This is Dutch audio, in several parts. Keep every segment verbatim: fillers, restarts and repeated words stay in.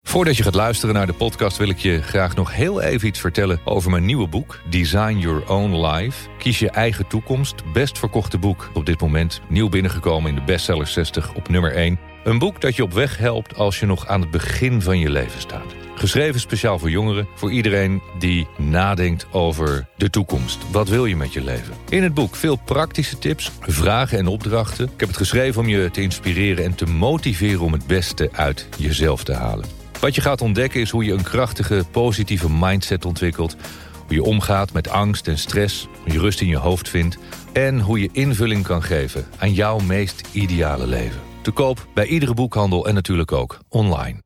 Voordat je gaat luisteren naar de podcast wil ik je graag nog heel even iets vertellen over mijn nieuwe boek Design Your Own Life. Kies je eigen toekomst. Best verkochte boek op dit moment. Nieuw binnengekomen in de bestseller zestig op nummer één. Een boek dat je op weg helpt als je nog aan het begin van je leven staat. Geschreven speciaal voor jongeren, voor iedereen die nadenkt over de toekomst. Wat wil je met je leven? In het boek veel praktische tips, vragen en opdrachten. Ik heb het geschreven om je te inspireren en te motiveren om het beste uit jezelf te halen. Wat je gaat ontdekken is hoe je een krachtige, positieve mindset ontwikkelt. Hoe je omgaat met angst en stress, hoe je rust in je hoofd vindt. En hoe je invulling kan geven aan jouw meest ideale leven. Te koop bij iedere boekhandel en natuurlijk ook online.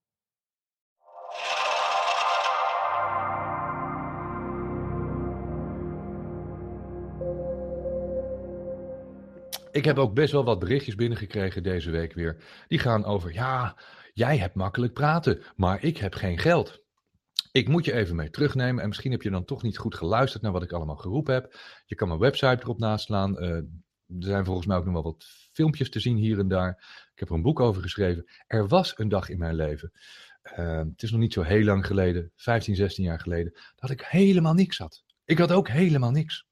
Ik heb ook best wel wat berichtjes binnengekregen deze week weer. Die gaan over, ja, jij hebt makkelijk praten, maar ik heb geen geld. Ik moet je even mee terugnemen en misschien heb je dan toch niet goed geluisterd naar wat ik allemaal geroepen heb. Je kan mijn website erop naslaan. Uh, er zijn volgens mij ook nog wel wat filmpjes te zien hier en daar. Ik heb er een boek over geschreven. Er was een dag in mijn leven. Uh, het is nog niet zo heel lang geleden, vijftien, zestien jaar geleden, dat ik helemaal niks had. Ik had ook helemaal niks.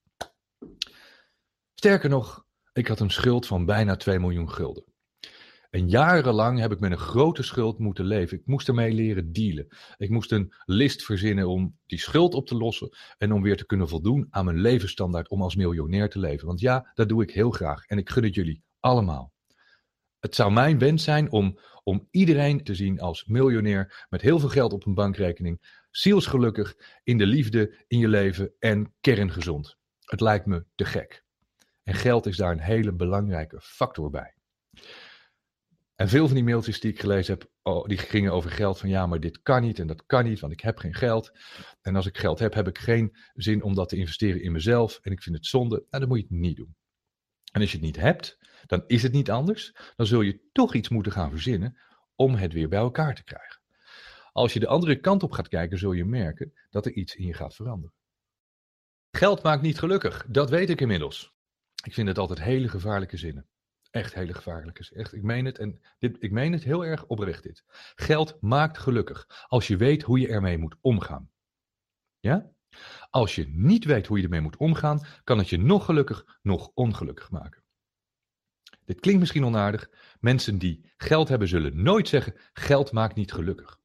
Sterker nog, ik had een schuld van bijna twee miljoen gulden. En jarenlang heb ik met een grote schuld moeten leven. Ik moest ermee leren dealen. Ik moest een list verzinnen om die schuld op te lossen en om weer te kunnen voldoen aan mijn levensstandaard om als miljonair te leven. Want ja, dat doe ik heel graag en ik gun het jullie allemaal. Het zou mijn wens zijn om, om iedereen te zien als miljonair met heel veel geld op een bankrekening, zielsgelukkig, in de liefde, in je leven en kerngezond. Het lijkt me te gek. En geld is daar een hele belangrijke factor bij. En veel van die mailtjes die ik gelezen heb, oh, die gingen over geld. Van ja, maar dit kan niet en dat kan niet, want ik heb geen geld. En als ik geld heb, heb ik geen zin om dat te investeren in mezelf. En ik vind het zonde. Nou, dan moet je het niet doen. En als je het niet hebt, dan is het niet anders. Dan zul je toch iets moeten gaan verzinnen om het weer bij elkaar te krijgen. Als je de andere kant op gaat kijken, zul je merken dat er iets in je gaat veranderen. Geld maakt niet gelukkig, dat weet ik inmiddels. Ik vind het altijd hele gevaarlijke zinnen. Echt hele gevaarlijke. Echt, ik meen het en dit, ik meen het heel erg oprecht dit. Geld maakt gelukkig als je weet hoe je ermee moet omgaan. Ja? Als je niet weet hoe je ermee moet omgaan, kan het je nog gelukkig, nog ongelukkig maken. Dit klinkt misschien onaardig. Mensen die geld hebben zullen nooit zeggen, geld maakt niet gelukkig.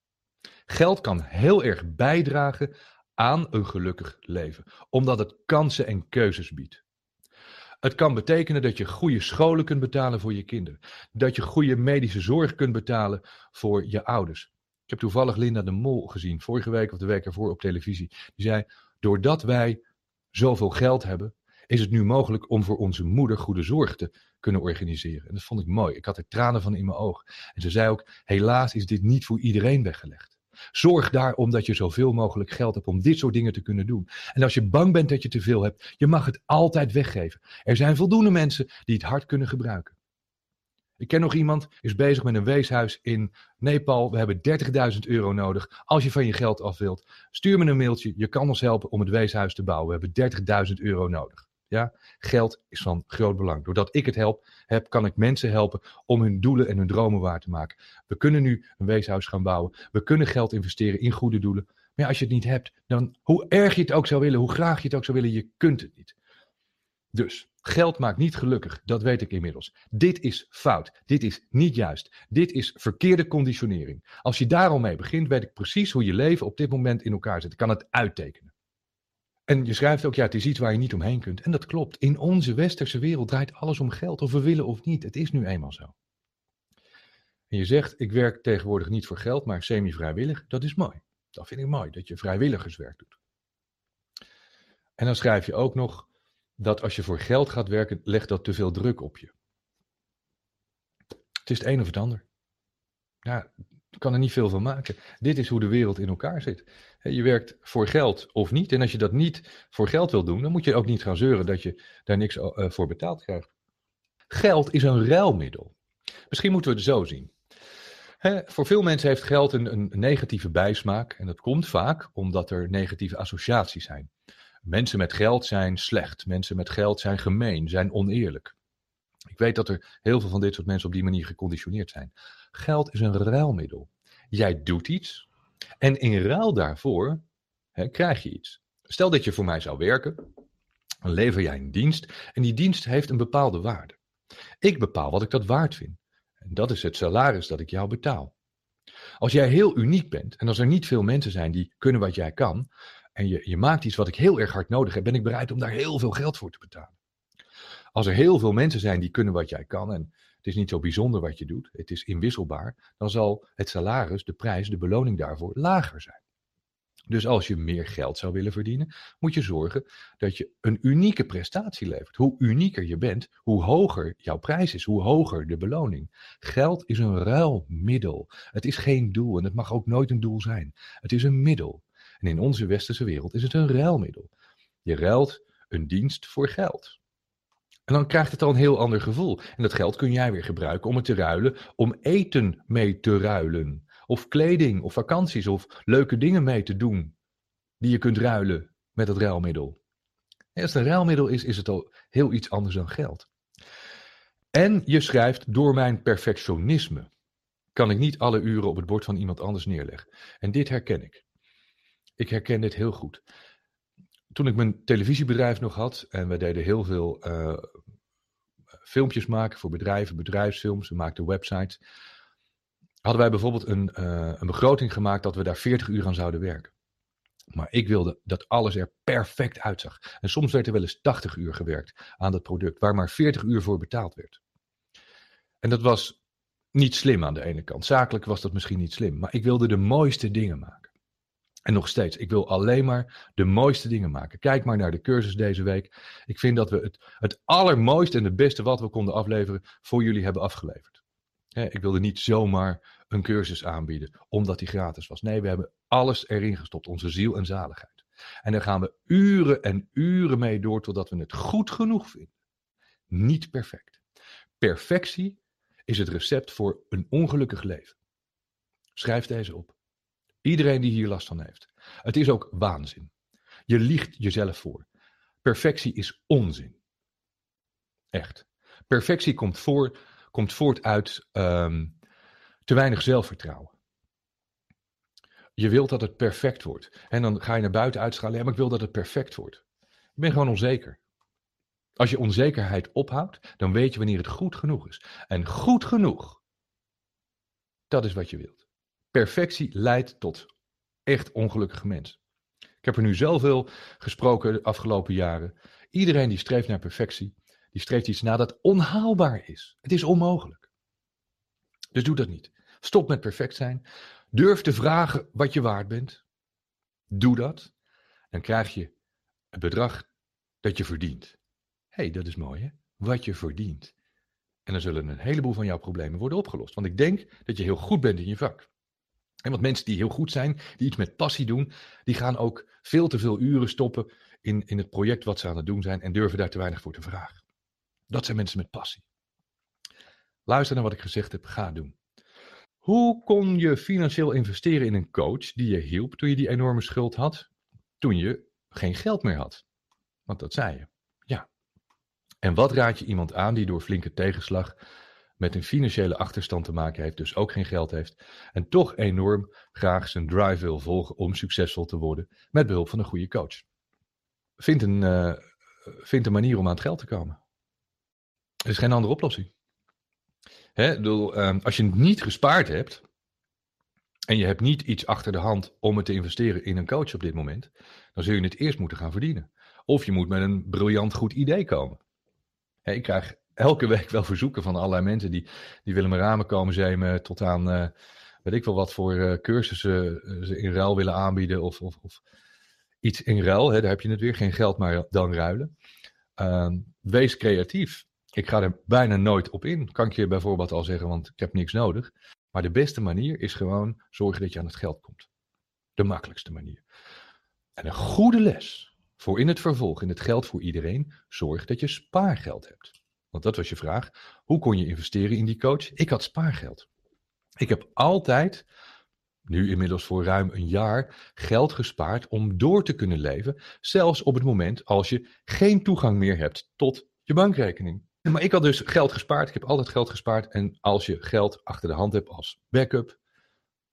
Geld kan heel erg bijdragen aan een gelukkig leven, omdat het kansen en keuzes biedt. Het kan betekenen dat je goede scholen kunt betalen voor je kinderen. Dat je goede medische zorg kunt betalen voor je ouders. Ik heb toevallig Linda de Mol gezien, vorige week of de week ervoor op televisie. Die zei, doordat wij zoveel geld hebben, is het nu mogelijk om voor onze moeder goede zorg te kunnen organiseren. En dat vond ik mooi. Ik had er tranen van in mijn ogen. En ze zei ook, helaas is dit niet voor iedereen weggelegd. Zorg daarom dat je zoveel mogelijk geld hebt om dit soort dingen te kunnen doen. En als je bang bent dat je te veel hebt, je mag het altijd weggeven. Er zijn voldoende mensen die het hard kunnen gebruiken. Ik ken nog iemand, is bezig met een weeshuis in Nepal. We hebben dertigduizend euro nodig. Als je van je geld af wilt, stuur me een mailtje. Je kan ons helpen om het weeshuis te bouwen. We hebben dertigduizend euro nodig. Ja? Geld is van groot belang. Doordat ik het help, heb, kan ik mensen helpen om hun doelen en hun dromen waar te maken. We kunnen nu een weeshuis gaan bouwen. We kunnen geld investeren in goede doelen. Maar ja, als je het niet hebt, dan hoe erg je het ook zou willen, hoe graag je het ook zou willen, je kunt het niet. Dus, geld maakt niet gelukkig, dat weet ik inmiddels. Dit is fout, dit is niet juist, dit is verkeerde conditionering. Als je daar al mee begint, weet ik precies hoe je leven op dit moment in elkaar zit. Ik kan het uittekenen. En je schrijft ook, ja, het is iets waar je niet omheen kunt. En dat klopt. In onze westerse wereld draait alles om geld, of we willen of niet. Het is nu eenmaal zo. En je zegt, ik werk tegenwoordig niet voor geld, maar semi-vrijwillig. Dat is mooi. Dat vind ik mooi, dat je vrijwilligerswerk doet. En dan schrijf je ook nog dat als je voor geld gaat werken, legt dat te veel druk op je. Het is het een of het ander. Ja, je kan er niet veel van maken. Dit is hoe de wereld in elkaar zit. Je werkt voor geld of niet. En als je dat niet voor geld wil doen, dan moet je ook niet gaan zeuren dat je daar niks voor betaald krijgt. Geld is een ruilmiddel. Misschien moeten we het zo zien. He, voor veel mensen heeft geld een, een negatieve bijsmaak. En dat komt vaak omdat er negatieve associaties zijn. Mensen met geld zijn slecht. Mensen met geld zijn gemeen, zijn oneerlijk. Ik weet dat er heel veel van dit soort mensen op die manier geconditioneerd zijn. Geld is een ruilmiddel. Jij doet iets en in ruil daarvoor hè, krijg je iets. Stel dat je voor mij zou werken, dan lever jij een dienst en die dienst heeft een bepaalde waarde. Ik bepaal wat ik dat waard vind. En dat is het salaris dat ik jou betaal. Als jij heel uniek bent en als er niet veel mensen zijn die kunnen wat jij kan en je, je maakt iets wat ik heel erg hard nodig heb, ben ik bereid om daar heel veel geld voor te betalen. Als er heel veel mensen zijn die kunnen wat jij kan en het is niet zo bijzonder wat je doet, het is inwisselbaar, dan zal het salaris, de prijs, de beloning daarvoor lager zijn. Dus als je meer geld zou willen verdienen, moet je zorgen dat je een unieke prestatie levert. Hoe unieker je bent, hoe hoger jouw prijs is, hoe hoger de beloning. Geld is een ruilmiddel. Het is geen doel en het mag ook nooit een doel zijn. Het is een middel. En in onze westerse wereld is het een ruilmiddel. Je ruilt een dienst voor geld. En dan krijgt het al een heel ander gevoel. En dat geld kun jij weer gebruiken om het te ruilen, om eten mee te ruilen. Of kleding, of vakanties, of leuke dingen mee te doen. Die je kunt ruilen met het ruilmiddel. En als het een ruilmiddel is, is het al heel iets anders dan geld. En je schrijft, door mijn perfectionisme kan ik niet alle uren op het bord van iemand anders neerleggen. En dit herken ik. Ik herken dit heel goed. Toen ik mijn televisiebedrijf nog had en we deden heel veel uh, filmpjes maken voor bedrijven, bedrijfsfilms, we maakten websites, hadden wij bijvoorbeeld een, uh, een begroting gemaakt dat we daar veertig uur aan zouden werken. Maar ik wilde dat alles er perfect uitzag. En soms werd er wel eens tachtig uur gewerkt aan dat product, waar maar veertig uur voor betaald werd. En dat was niet slim aan de ene kant. Zakelijk was dat misschien niet slim, maar ik wilde de mooiste dingen maken. En nog steeds, ik wil alleen maar de mooiste dingen maken. Kijk maar naar de cursus deze week. Ik vind dat we het, het allermooiste en het beste wat we konden afleveren voor jullie hebben afgeleverd. He, ik wilde niet zomaar een cursus aanbieden, omdat die gratis was. Nee, we hebben alles erin gestopt, onze ziel en zaligheid. En daar gaan we uren en uren mee door, totdat we het goed genoeg vinden. Niet perfect. Perfectie is het recept voor een ongelukkig leven. Schrijf deze op. Iedereen die hier last van heeft. Het is ook waanzin. Je liegt jezelf voor. Perfectie is onzin. Echt. Perfectie komt, voor, komt voort uit um, te weinig zelfvertrouwen. Je wilt dat het perfect wordt. En dan ga je naar buiten uitschalen. Ja, maar ik wil dat het perfect wordt. Je bent gewoon onzeker. Als je onzekerheid ophoudt, dan weet je wanneer het goed genoeg is. En goed genoeg, dat is wat je wilt. Perfectie leidt tot echt ongelukkige mensen. Ik heb er nu zoveel gesproken de afgelopen jaren. Iedereen die streeft naar perfectie, die streeft iets na dat onhaalbaar is. Het is onmogelijk. Dus doe dat niet. Stop met perfect zijn. Durf te vragen wat je waard bent. Doe dat. Dan krijg je het bedrag dat je verdient. Hé, hey, dat is mooi hè? Wat je verdient. En dan zullen een heleboel van jouw problemen worden opgelost. Want ik denk dat je heel goed bent in je vak. En want mensen die heel goed zijn, die iets met passie doen, die gaan ook veel te veel uren stoppen in, in het project wat ze aan het doen zijn en durven daar te weinig voor te vragen. Dat zijn mensen met passie. Luister naar wat ik gezegd heb, ga doen. Hoe kon je financieel investeren in een coach die je hielp toen je die enorme schuld had, toen je geen geld meer had? Want dat zei je. Ja. En wat raad je iemand aan die door flinke tegenslag met een financiële achterstand te maken heeft, dus ook geen geld heeft, en toch enorm graag zijn drive wil volgen om succesvol te worden met behulp van een goede coach? Vind een, uh, vind een manier om aan het geld te komen. Er is geen andere oplossing. Hè, bedoel, uh, als je het niet gespaard hebt en je hebt niet iets achter de hand om het te investeren in een coach op dit moment, dan zul je het eerst moeten gaan verdienen. Of je moet met een briljant goed idee komen. Hè, ik krijg elke week wel verzoeken van allerlei mensen die, die willen me ramen komen zemen tot aan, uh, weet ik wel wat voor uh, cursussen uh, ze in ruil willen aanbieden of, of, of iets in ruil. Hè, daar heb je het weer, geen geld maar dan ruilen. Uh, wees creatief. Ik ga er bijna nooit op in, kan ik je bijvoorbeeld al zeggen, want ik heb niks nodig. Maar de beste manier is gewoon zorgen dat je aan het geld komt. De makkelijkste manier. En een goede les voor in het vervolg, in het geld voor iedereen, zorg dat je spaargeld hebt. Want dat was je vraag. Hoe kon je investeren in die coach? Ik had spaargeld. Ik heb altijd, nu inmiddels voor ruim een jaar, geld gespaard om door te kunnen leven. Zelfs op het moment als je geen toegang meer hebt tot je bankrekening. Maar ik had dus geld gespaard. Ik heb altijd geld gespaard. En als je geld achter de hand hebt als backup,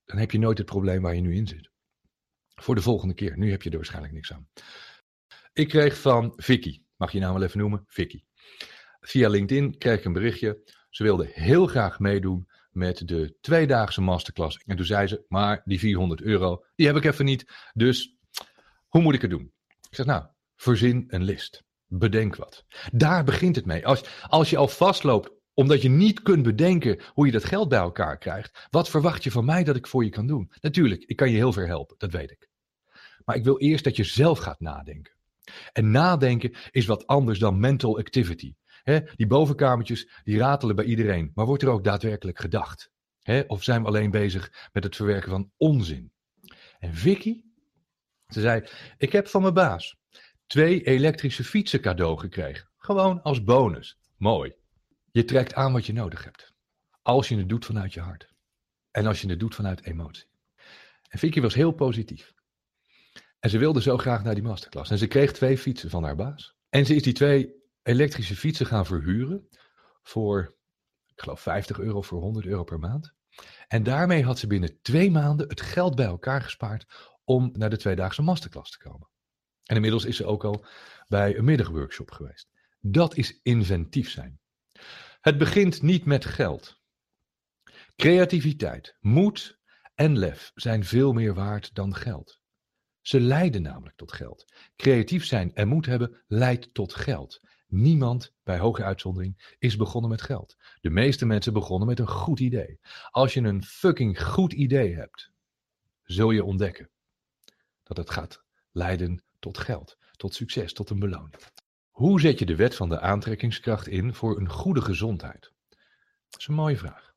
dan heb je nooit het probleem waar je nu in zit. Voor de volgende keer. Nu heb je er waarschijnlijk niks aan. Ik kreeg van Vicky, mag je naam wel even noemen, Vicky. Via LinkedIn kreeg ik een berichtje. Ze wilde heel graag meedoen met de tweedaagse masterclass. En toen zei ze, maar die vierhonderd euro, die heb ik even niet. Dus hoe moet ik het doen? Ik zeg, nou, verzin een list. Bedenk wat. Daar begint het mee. Als, als je al vastloopt omdat je niet kunt bedenken hoe je dat geld bij elkaar krijgt. Wat verwacht je van mij dat ik voor je kan doen? Natuurlijk, ik kan je heel ver helpen, dat weet ik. Maar ik wil eerst dat je zelf gaat nadenken. En nadenken is wat anders dan mental activity. He, die bovenkamertjes, die ratelen bij iedereen. Maar wordt er ook daadwerkelijk gedacht? He, of zijn we alleen bezig met het verwerken van onzin? En Vicky, ze zei, ik heb van mijn baas twee elektrische fietsen cadeau gekregen. Gewoon als bonus. Mooi. Je trekt aan wat je nodig hebt. Als je het doet vanuit je hart. En als je het doet vanuit emotie. En Vicky was heel positief. En ze wilde zo graag naar die masterclass. En ze kreeg twee fietsen van haar baas. En ze is die twee elektrische fietsen gaan verhuren. Voor, ik geloof vijftig euro voor honderd euro per maand. En daarmee had ze binnen twee maanden het geld bij elkaar gespaard om naar de tweedaagse masterclass te komen. En inmiddels is ze ook al bij een middagworkshop geweest. Dat is inventief zijn. Het begint niet met geld. Creativiteit, moed en lef zijn veel meer waard dan geld. Ze leiden namelijk tot geld. Creatief zijn en moed hebben leidt tot geld. Niemand, bij hoge uitzondering, is begonnen met geld. De meeste mensen begonnen met een goed idee. Als je een fucking goed idee hebt, zul je ontdekken dat het gaat leiden tot geld, tot succes, tot een beloning. Hoe zet je de wet van de aantrekkingskracht in voor een goede gezondheid? Dat is een mooie vraag.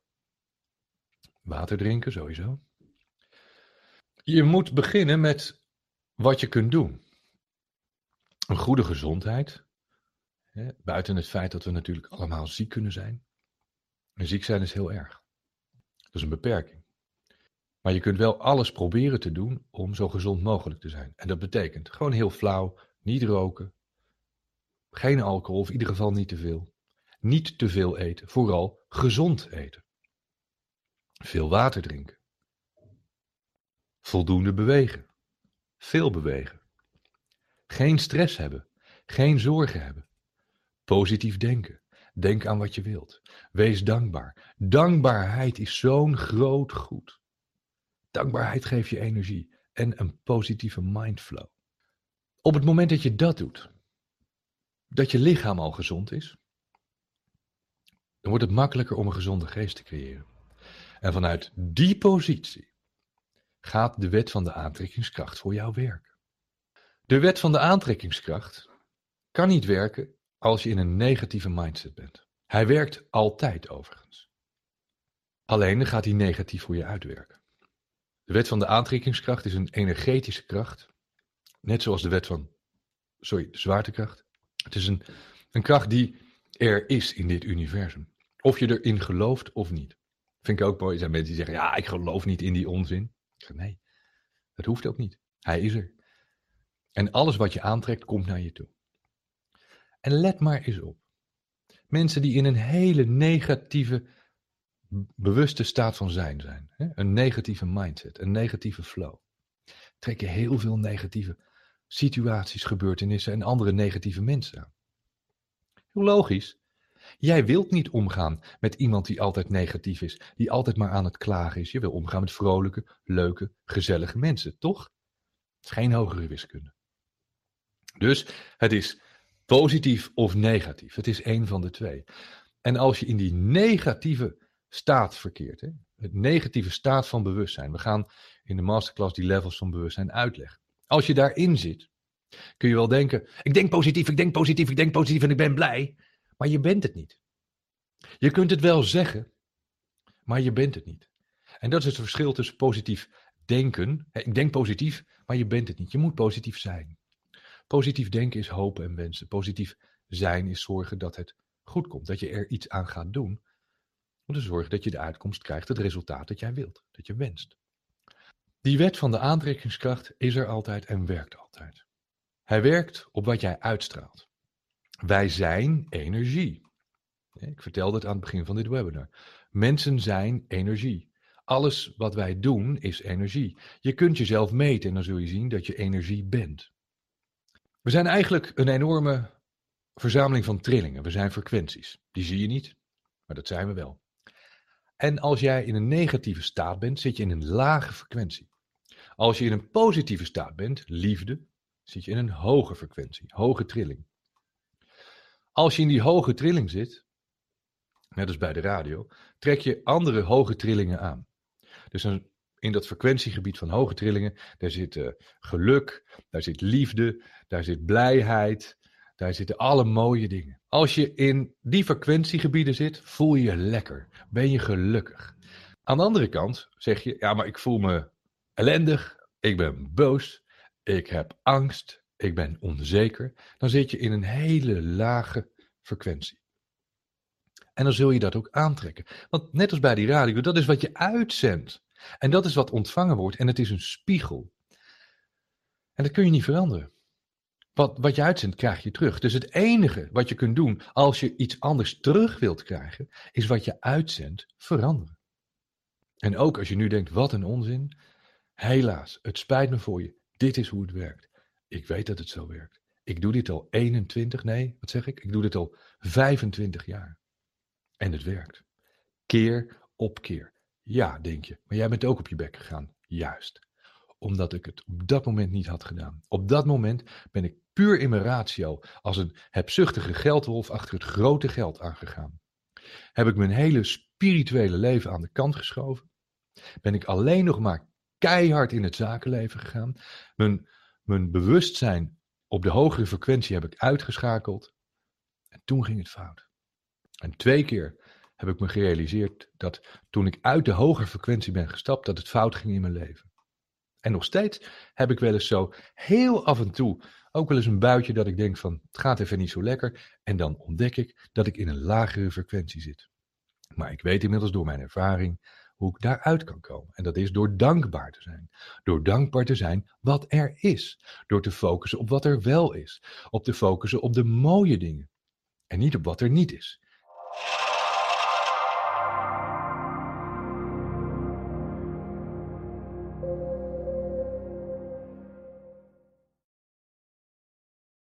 Water drinken sowieso. Je moet beginnen met wat je kunt doen. Een goede gezondheid. Hè, buiten het feit dat we natuurlijk allemaal ziek kunnen zijn. En ziek zijn is heel erg. Dat is een beperking. Maar je kunt wel alles proberen te doen om zo gezond mogelijk te zijn. En dat betekent gewoon heel flauw, niet roken. Geen alcohol, of in ieder geval niet te veel. Niet te veel eten, vooral gezond eten. Veel water drinken. Voldoende bewegen. Veel bewegen. Geen stress hebben. Geen zorgen hebben. Positief denken. Denk aan wat je wilt. Wees dankbaar. Dankbaarheid is zo'n groot goed. Dankbaarheid geeft je energie en een positieve mindflow. Op het moment dat je dat doet, dat je lichaam al gezond is, dan wordt het makkelijker om een gezonde geest te creëren. En vanuit die positie gaat de wet van de aantrekkingskracht voor jou werken. De wet van de aantrekkingskracht kan niet werken als je in een negatieve mindset bent. Hij werkt altijd overigens. Alleen dan gaat hij negatief voor je uitwerken. De wet van de aantrekkingskracht is een energetische kracht. Net zoals de wet van, sorry, de zwaartekracht. Het is een, een kracht die er is in dit universum. Of je erin gelooft of niet. Vind ik ook mooi. Er zijn mensen die zeggen, ja, ik geloof niet in die onzin. Ik zeg, nee, dat hoeft ook niet. Hij is er. En alles wat je aantrekt, komt naar je toe. En let maar eens op. Mensen die in een hele negatieve, bewuste staat van zijn zijn. Hè? Een negatieve mindset, een negatieve flow. Trekken heel veel negatieve situaties, gebeurtenissen en andere negatieve mensen aan. Hoe logisch. Jij wilt niet omgaan met iemand die altijd negatief is, die altijd maar aan het klagen is. Je wil omgaan met vrolijke, leuke, gezellige mensen, toch? Het is geen hogere wiskunde. Dus het is positief of negatief. Het is één van de twee. En als je in die negatieve staat verkeert, hè, het negatieve staat van bewustzijn. We gaan in de masterclass die levels van bewustzijn uitleggen. Als je daarin zit, kun je wel denken, ik denk positief, ik denk positief, ik denk positief en ik ben blij. Maar je bent het niet. Je kunt het wel zeggen, maar je bent het niet. En dat is het verschil tussen positief denken. Ik denk positief, maar je bent het niet. Je moet positief zijn. Positief denken is hopen en wensen. Positief zijn is zorgen dat het goed komt. Dat je er iets aan gaat doen. Om te zorgen dat je de uitkomst krijgt, het resultaat dat jij wilt. Dat je wenst. Die wet van de aantrekkingskracht is er altijd en werkt altijd. Hij werkt op wat jij uitstraalt. Wij zijn energie. Ik vertelde het aan het begin van dit webinar. Mensen zijn energie. Alles wat wij doen is energie. Je kunt jezelf meten en dan zul je zien dat je energie bent. We zijn eigenlijk een enorme verzameling van trillingen. We zijn frequenties. Die zie je niet, maar dat zijn we wel. En als jij in een negatieve staat bent, zit je in een lage frequentie. Als je in een positieve staat bent, liefde, zit je in een hoge frequentie, hoge trilling. Als je in die hoge trilling zit, net als bij de radio, trek je andere hoge trillingen aan. Dus dan in dat frequentiegebied van hoge trillingen, daar zit uh, geluk, daar zit liefde, daar zit blijheid, daar zitten alle mooie dingen. Als je in die frequentiegebieden zit, voel je je lekker, ben je gelukkig. Aan de andere kant zeg je, ja, maar ik voel me ellendig, ik ben boos, ik heb angst, ik ben onzeker. Dan zit je in een hele lage frequentie. En dan zul je dat ook aantrekken. Want net als bij die radio, dat is wat je uitzendt. En dat is wat ontvangen wordt en het is een spiegel. En dat kun je niet veranderen. Wat, wat je uitzendt, krijg je terug. Dus het enige wat je kunt doen als je iets anders terug wilt krijgen, is wat je uitzendt veranderen. En ook als je nu denkt, wat een onzin. Helaas, het spijt me voor je. Dit is hoe het werkt. Ik weet dat het zo werkt. Ik doe dit al eenentwintig, nee, wat zeg ik? Ik doe dit al vijfentwintig jaar. En het werkt. Keer op keer. Ja, denk je. Maar jij bent ook op je bek gegaan. Juist. Omdat ik het op dat moment niet had gedaan. Op dat moment ben ik puur in mijn ratio als een hebzuchtige geldwolf achter het grote geld aangegaan. Heb ik mijn hele spirituele leven aan de kant geschoven. Ben ik alleen nog maar keihard in het zakenleven gegaan. Mijn, mijn bewustzijn op de hogere frequentie heb ik uitgeschakeld. En toen ging het fout. En twee keer heb ik me gerealiseerd dat toen ik uit de hogere frequentie ben gestapt, dat het fout ging in mijn leven. En nog steeds heb ik wel eens zo heel af en toe ook wel eens een buitje dat ik denk van het gaat even niet zo lekker. En dan ontdek ik dat ik in een lagere frequentie zit. Maar ik weet inmiddels door mijn ervaring hoe ik daaruit kan komen. En dat is door dankbaar te zijn. Door dankbaar te zijn wat er is. Door te focussen op wat er wel is. Op te focussen op de mooie dingen. En niet op wat er niet is.